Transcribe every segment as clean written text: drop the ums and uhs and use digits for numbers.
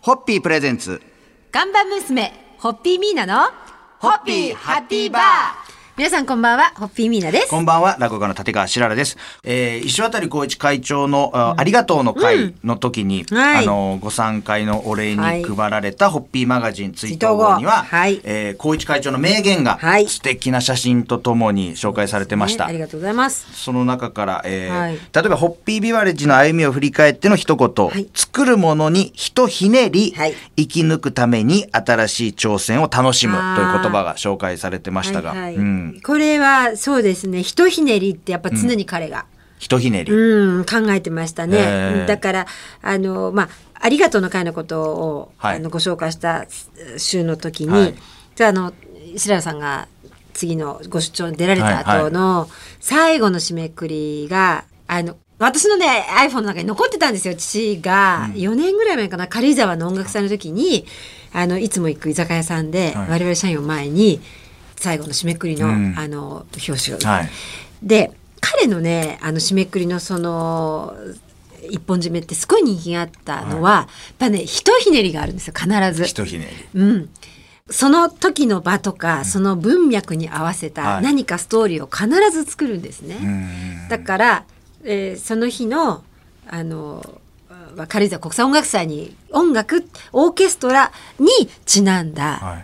ホッピープレゼンツ看板娘ホッピーミーナのホッピーハッピーバー。 皆さんこんばんは、ホッピーミーナです。 こんばんは、落語家の立川しららです。石渡光一会長の、ありがとうの会の時に、 はいご参会のお礼にはい配られたホッピーマガジン追悼号には、 はい光一会長の名言が、 はい素敵な写真とともに紹介されてました。 ありがとうございます。 その中から、 はい例えばホッピービバレッジの歩みを振り返っての一言、 はい作るものにひとひねり、 はい生き抜くために新しい挑戦を楽しむという言葉が紹介されてましたが、 はいはいうんこれはそうですね、ひとひねりってやっぱ常に彼が、 ひとひねり、 考えてましたね。だからありがとうの会のことを、 はいご紹介した週の時に、 はいじゃあ白良さんが次のご出張に出られた後の最後の締めくりが私のね iPhone の中に残ってたんですよ。父が4年ぐらい前かな、軽井沢の音楽祭の時にいつも行く居酒屋さんで、 はい我々社員を前に最後の締めくりの、表紙を、 はいで彼のね締めくりのその一本締めってすごい人気があったのは、やっぱねひとひねりがあるんですよ、必ず。 ひとひねり、 その時の場とか、その文脈に合わせた何かストーリーを必ず作るんですね。だから、その日の軽井沢国際音楽祭にオーケストラにちなんだ、 はい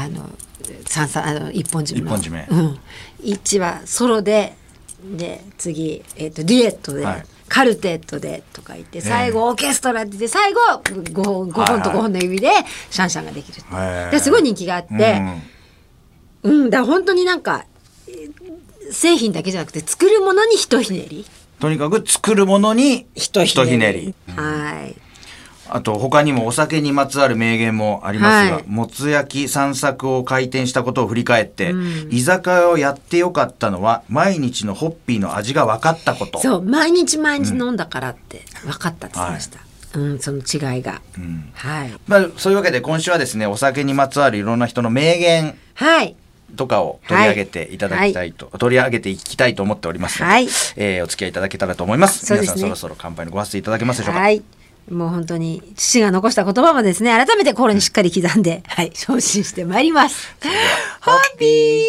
一本締めの一本締め 1はソロで次、デュエットで、 はいカルテットでとか言って最後オーケストラって言って最後5本と5本の指でシャンシャンができるっていうですごい人気があって、だから本当になんか製品だけじゃなくて作るものにひとひねり、 とにかく作るものにひとひねり、 はいあと他にもお酒にまつわる名言もありますが、 はいもつ焼き散策を開店したことを振り返って、居酒屋をやってよかったのは毎日のホッピーの味が分かったこと。 そう毎日飲んだからって分かったって言ってました、その違いが、はいそういうわけで今週はですね、お酒にまつわるいろんな人の名言はいとかを取り上げていただきたいと、取り上げていきたいと思っておりますので、 はいお付き合いいただけたらと思います。 そうですね皆さんそろそろ乾杯のご発声いただけますでしょうか。 はいもう本当に父が残した言葉もですね、改めて心にしっかり刻んで、はい、昇進してまいります。ホッピー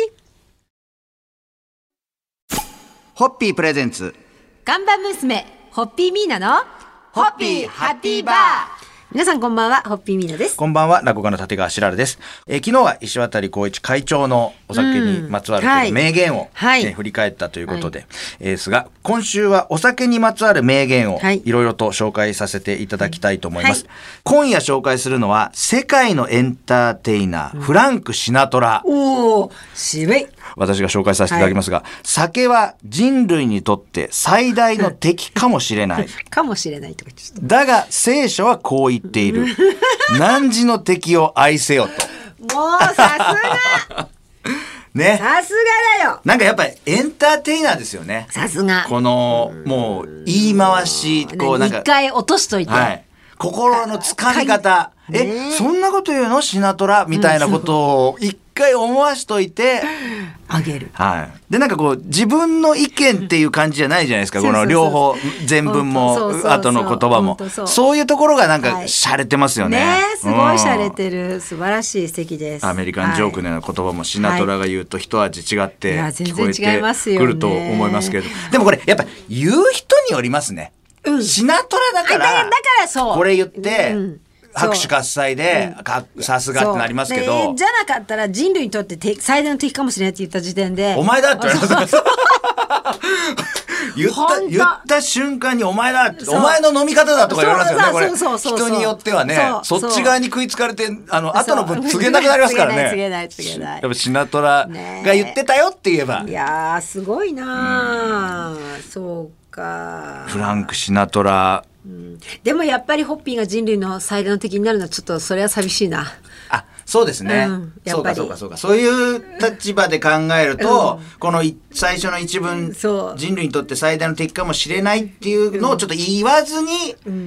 ホッピープレゼンツ看板娘ホッピーミーナのホッピーハッピーバー。 皆さんこんばんは、ホッピーミーナです。 こんばんは、落語家の立川しららです。昨日は石渡光一会長のお酒にまつわるという名言を、 はい振り返ったということで、ですが、今週はお酒にまつわる名言をいろいろと紹介させていただきたいと思います。今夜紹介するのは、世界のエンターテイナー、フランク・シナトラ。 おー、渋い。 私が紹介させていただきますが、酒は人類にとって最大の敵かもしれない。 かもしれないとか言ってだが聖書はこう言っている。汝の敵を愛せよと。 もうさすがね。 さすがだよ。 なんかやっぱりエンターテイナーですよね。 さすが。 このもう言い回し、こうなんか一回落としといて。 はい。心のつかみ方。そんなこと言うのシナトラみたいなことを一回思わしといて、 あげる。 はい。でなんかこう自分の意見っていう感じじゃないじゃないですか。この両方全文も後の言葉もそういうところがなんか洒落てますよね。 ね、すごい洒落てる。素晴らしい、素敵です。 アメリカンジョークのような言葉もシナトラが言うと一味違って聞こえてくると思いますけれど、でもこれやっぱ言う人によりますね。シナトラだからそうこれ言って拍手喝采でさすがってなりますけど、 じゃなかったら人類にとって最大の敵かもしれないって言った時点でお前だって言われます言った瞬間にお前だってお前の飲み方だとか言われますよね。これ人によってはね、そっち側に食いつかれて後の分告げなくなりますからね。 告げないやっぱシナトラが言ってたよって言えば、 いやーすごいな、そうか。 フランク・シナトラ、 でもやっぱりホッピーが人類の最大の敵になるのはちょっとそれは寂しいな。 あ、そうですね、そうかそういう立場で考えると、この最初の一文、人類にとって最大の敵かもしれないっていうのをちょっと言わずに、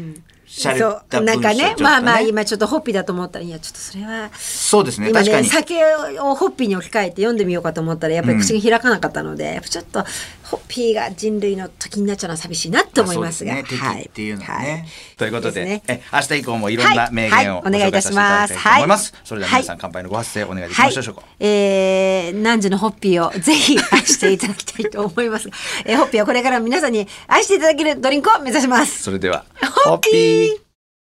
しゃれた文章、 なんかね、まあまあ今ちょっとホッピーだと思ったら、いやちょっとそれはそうですね、 今ね確かに酒をホッピーに置き換えて読んでみようかと思ったらやっぱり口が開かなかったので、やっぱちょっとホッピーが人類の時になっちゃうのは寂しいなと思いますが、 そうですね、敵っていうのはね、 はいということでですね明日以降もいろんな名言をはいお願いいたします。 ご紹介させていただきたいと思います、 はいそれでは皆さん乾杯のご発声お願いできましょうか。 何時のホッピーをぜひ愛していただきたいと思いますが、ホッピーはこれから皆さんに愛していただけるドリンクを目指します。 それではホッピー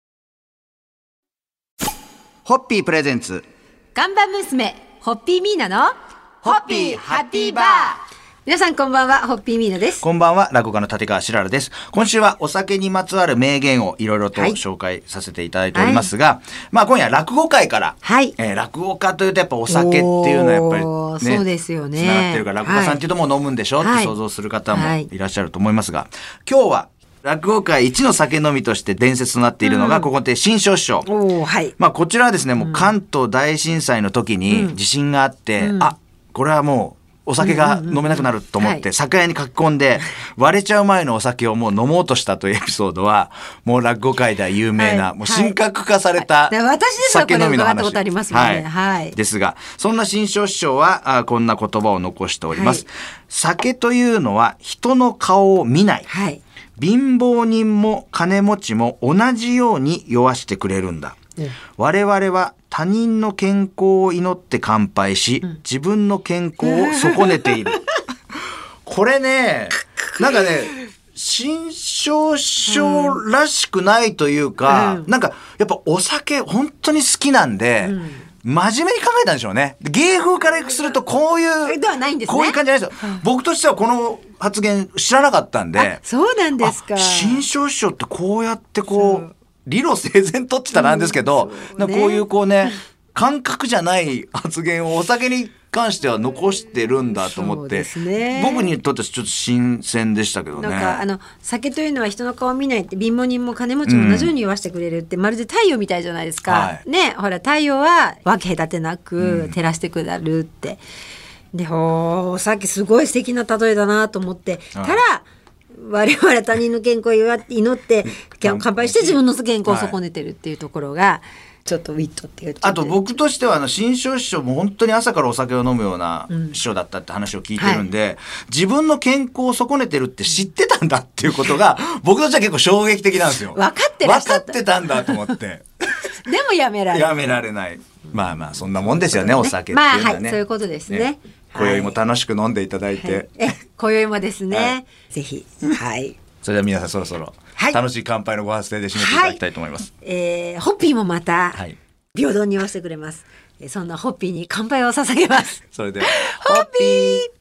ホッピープレゼンツ看板娘ホッピーミーナのホッピーハッピーバー。 皆さんこんばんは、ホッピーミーナです。 こんばんは、落語家の立川しららです。今週はお酒にまつわる名言をいろいろと紹介させていただいておりますが、まあ今夜落語会から、落語家というとやっぱお酒っていうのはやっぱりね、 そうですよね。 つながってるから落語家さんっていうともう飲むんでしょって想像する方もいらっしゃると思いますが、今日は落語界一の酒飲みとして伝説となっているのが、ここで新庄師匠。まあこちらはですね、もう関東大震災の時に地震があって、これはもうお酒が飲めなくなると思って酒屋に駆け込んで割れちゃう前のお酒をもう飲もうとしたというエピソードはもう落語界では有名な、もう神格化された酒飲みの話ですが、そんな新庄師匠はこんな言葉を残しております。酒というのは人の顔を見ない。貧乏人も金持ちも同じように酔わしてくれるんだ。我々は他人の健康を祈って乾杯し、自分の健康を損ねている。これね、なんかね、新庄師匠らしくないというか、なんかやっぱお酒本当に好きなんで、真面目に考えたんでしょうね。芸風からするとこういう、こういう感じじゃないですよ。僕としてはこの発言知らなかったんで。 そうなんですか。 新庄師匠ってこうやってこう、理路整然とって言ったらなんですけど、こういうこうね、感覚じゃない発言をお酒に関しては残してるんだと思って、僕にとってはちょっと新鮮でしたけどね。 なんか酒というのは人の顔を見ないって、貧乏人も金持ちも同じように酔わしてくれるって、まるで太陽みたいじゃないですか。ね、ほら太陽は分け隔てなく照らしてくれるって。で、お酒すごい素敵な例えだなと思ってたら、我々他人の健康を祈って乾杯して自分の健康を損ねてるっていうところがちょっとウィットっていう。 あと僕としては新庄師匠も本当に朝からお酒を飲むような師匠だったって話を聞いてるんで、自分の健康を損ねてるって知ってたんだっていうことが僕としては結構衝撃的なんですよ。 分かってらっしゃった。 分かってたんだと思ってでもやめられない。まあまあそんなもんですよね、お酒っていうのはね。 そういうことですね。 今宵も楽しく飲んでいただいて、 今宵もですね、ぜひ。 それでは皆さんそろそろ楽しい乾杯のご発声で締めていただきたいと思います。 ホッピーもまた平等に言わせてくれます。そんなホッピーに乾杯を捧げます。 それではホッピ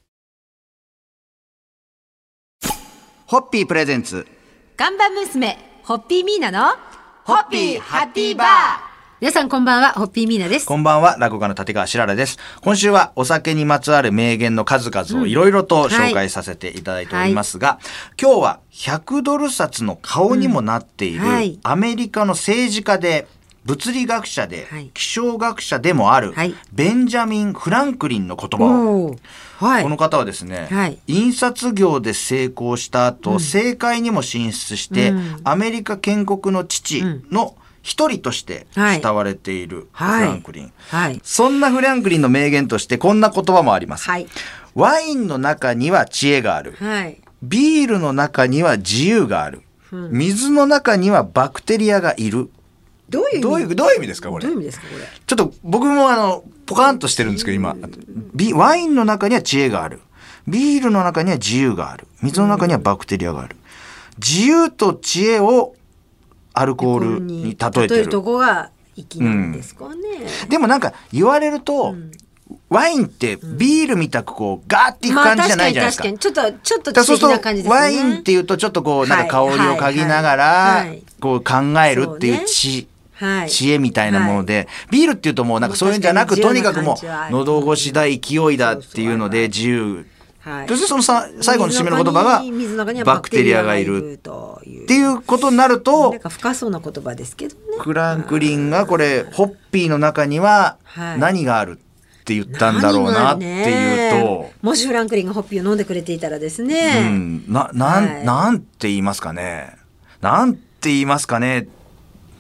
ーホッピープレゼンツ看板娘ホッピーミーナのホッピーハッピーバー。 皆さんこんばんは、ホッピーミーナです。 こんばんは、落語家の立川しららです。今週はお酒にまつわる名言の数々をいろいろと紹介させていただいておりますが、今日は100ドル札の顔にもなっているアメリカの政治家で物理学者で気象学者でもあるベンジャミン・フランクリンの言葉を、この方はですね、印刷業で成功した後、政界にも進出して、アメリカ建国の父の一人として慕われているフランクリン、そんなフランクリンの名言としてこんな言葉もあります。ワインの中には知恵がある、ビールの中には自由がある、水の中にはバクテリアがいる。どういう意味ですかこれ。ちょっと僕もポカンとしてるんですけど今、ワインの中には知恵がある、ビールの中には自由がある、水の中にはバクテリアがある。自由と知恵をアルコールに例えてるとこが粋なんですかね。 でもなんか言われると、ワインってビールみたくこうガーっていく感じじゃないじゃないですか。 確かにちょっと知的な感じですね。 ワインっていうとちょっとこうなんか香りを嗅ぎながらこう考えるっていう知恵みたいなもので、ビールっていうともうなんかそういうんじゃなく、とにかくもう喉越しだ勢いだっていうので自由。そしてその最後の締めの言葉がバクテリアがいるっていうことになると、 なんか深そうな言葉ですけどね。 フランクリンがこれホッピーの中には何があるって言ったんだろうなっていうと、 もしフランクリンがホッピーを飲んでくれていたらですね、 なんて言いますかね。なんて言いますかねっ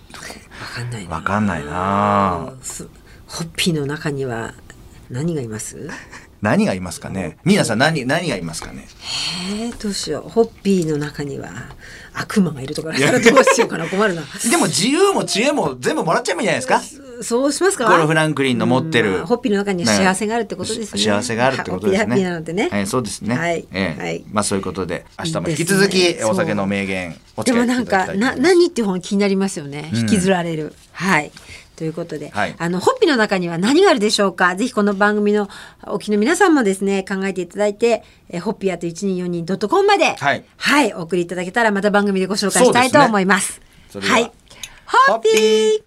わかんないな。 ホッピーの中には何がいます？ 何がいますかね。皆さん何がいますかね。 どうしよう。ホッピーの中には悪魔がいるとかだからどうしようかな。困るな。 でも自由も知恵も全部もらっちゃえばいいんじゃないですか。 そうしますか。 このフランクリンの持ってる、 ホッピーの中には幸せがあるってことですね。 幸せがあるってことですね。 ホッピーなのでね。 そうですね。 はい。 まあそういうことで明日も引き続きお酒の名言お付き合いいただきたいと思います。 でも何っていう本気になりますよね。引きずられる。はい。ということで、ホッピーの中には何があるでしょうか。ぜひこの番組のお聞きの皆さんもですね、考えていただいて、ホッピーあと 1242.com まで、はい、お送りいただけたらまた番組でご紹介したいと思います。はい。ホッピー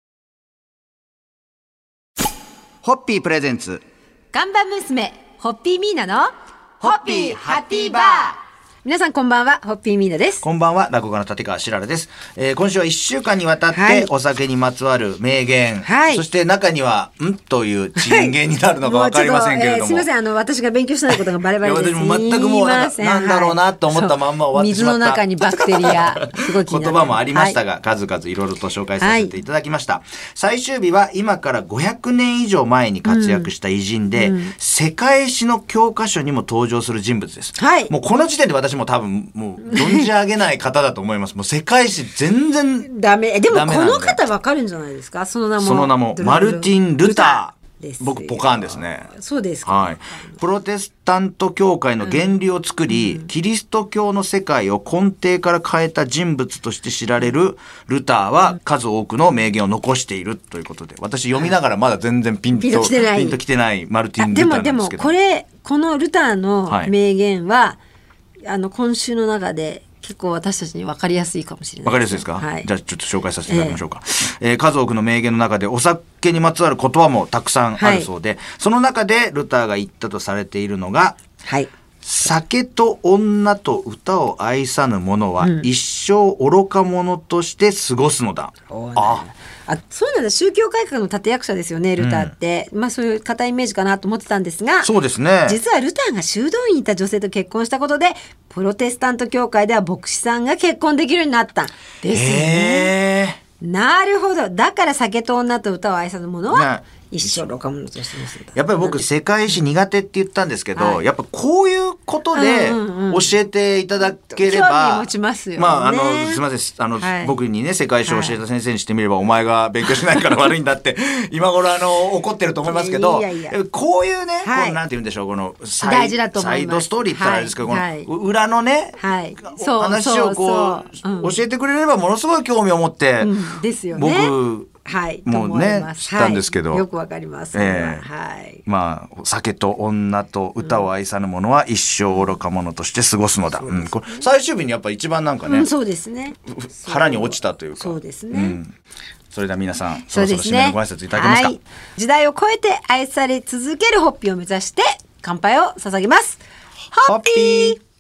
ホッピープレゼンツ看板娘ホッピーミーナのホッピーハッピーバー。皆さんこんばんは、ホッピーミーナです。 こんばんは、落語家の立川しららです。今週は1週間にわたってお酒にまつわる名言、そして中にはという珍言になるのかわかりませんけれども、 すみません、私が勉強してないことがバレバレです。 私も全くもうなんだろうなと思ったまんま終わってしまった。 水の中にバクテリアすごい気になる言葉もありましたが、数々いろいろと紹介させていただきました。最終日は今から500年以上前に活躍した偉人で、世界史の教科書にも登場する人物です。もうこの時点で私も多分もう存じ上げない方だと思います。もう世界史全然ダメ。でもこの方わかるんじゃないですか。その名もマルティン・ルター。僕ポカーンですね。 そうですか。 プロテスタント教会の原理を作り、キリスト教の世界を根底から変えた人物として知られるルターは数多くの名言を残しているということで、私読みながらまだ全然ピンときてないマルティン・ルターなんですけど。 でもこのルターの名言は、今週の中で結構私たちに分かりやすいかもしれない。 分かりやすいですか。じゃあちょっと紹介させていただきましょうか。数多くの名言の中でお酒にまつわる言葉もたくさんあるそうで、その中でルターが言ったとされているのが、酒と女と歌を愛さぬ者は一生愚か者として過ごすのだ。 そうなんだ。宗教改革の立役者ですよね、ルターって。そういう固いイメージかなと思ってたんですが、 そうですね。 実はルターが修道院にいた女性と結婚したことで、プロテスタント教会では牧師さんが結婚できるようになったんですよね。なるほど。だから酒と女と歌を愛さぬ者は一生愚か者としてます。 やっぱり僕世界史苦手って言ったんですけど、やっぱこういうことで教えていただければ、 興味持ちますよね。 すみません、僕にね世界史を教えた先生にしてみれば、お前が勉強しないから悪いんだって今頃怒ってると思いますけど、こういうね、このなんて言うんでしょう、この大事だと思います。 サイドストーリーって言ったらあれですけど、この裏のね、話をこう教えてくれればものすごい興味を持って、僕もうね知ったんですけど、 よくわかります。 酒と女と歌を愛さぬ者は一生愚か者として過ごすのだ。これ最終日にやっぱ一番なんかね、 そうですね、 腹に落ちたというか。 そうですね。 それでは皆さん、そろそろ締めのご挨拶いただけますか。 時代を超えて愛され続けるホッピーを目指して乾杯を捧げます。ホッピー。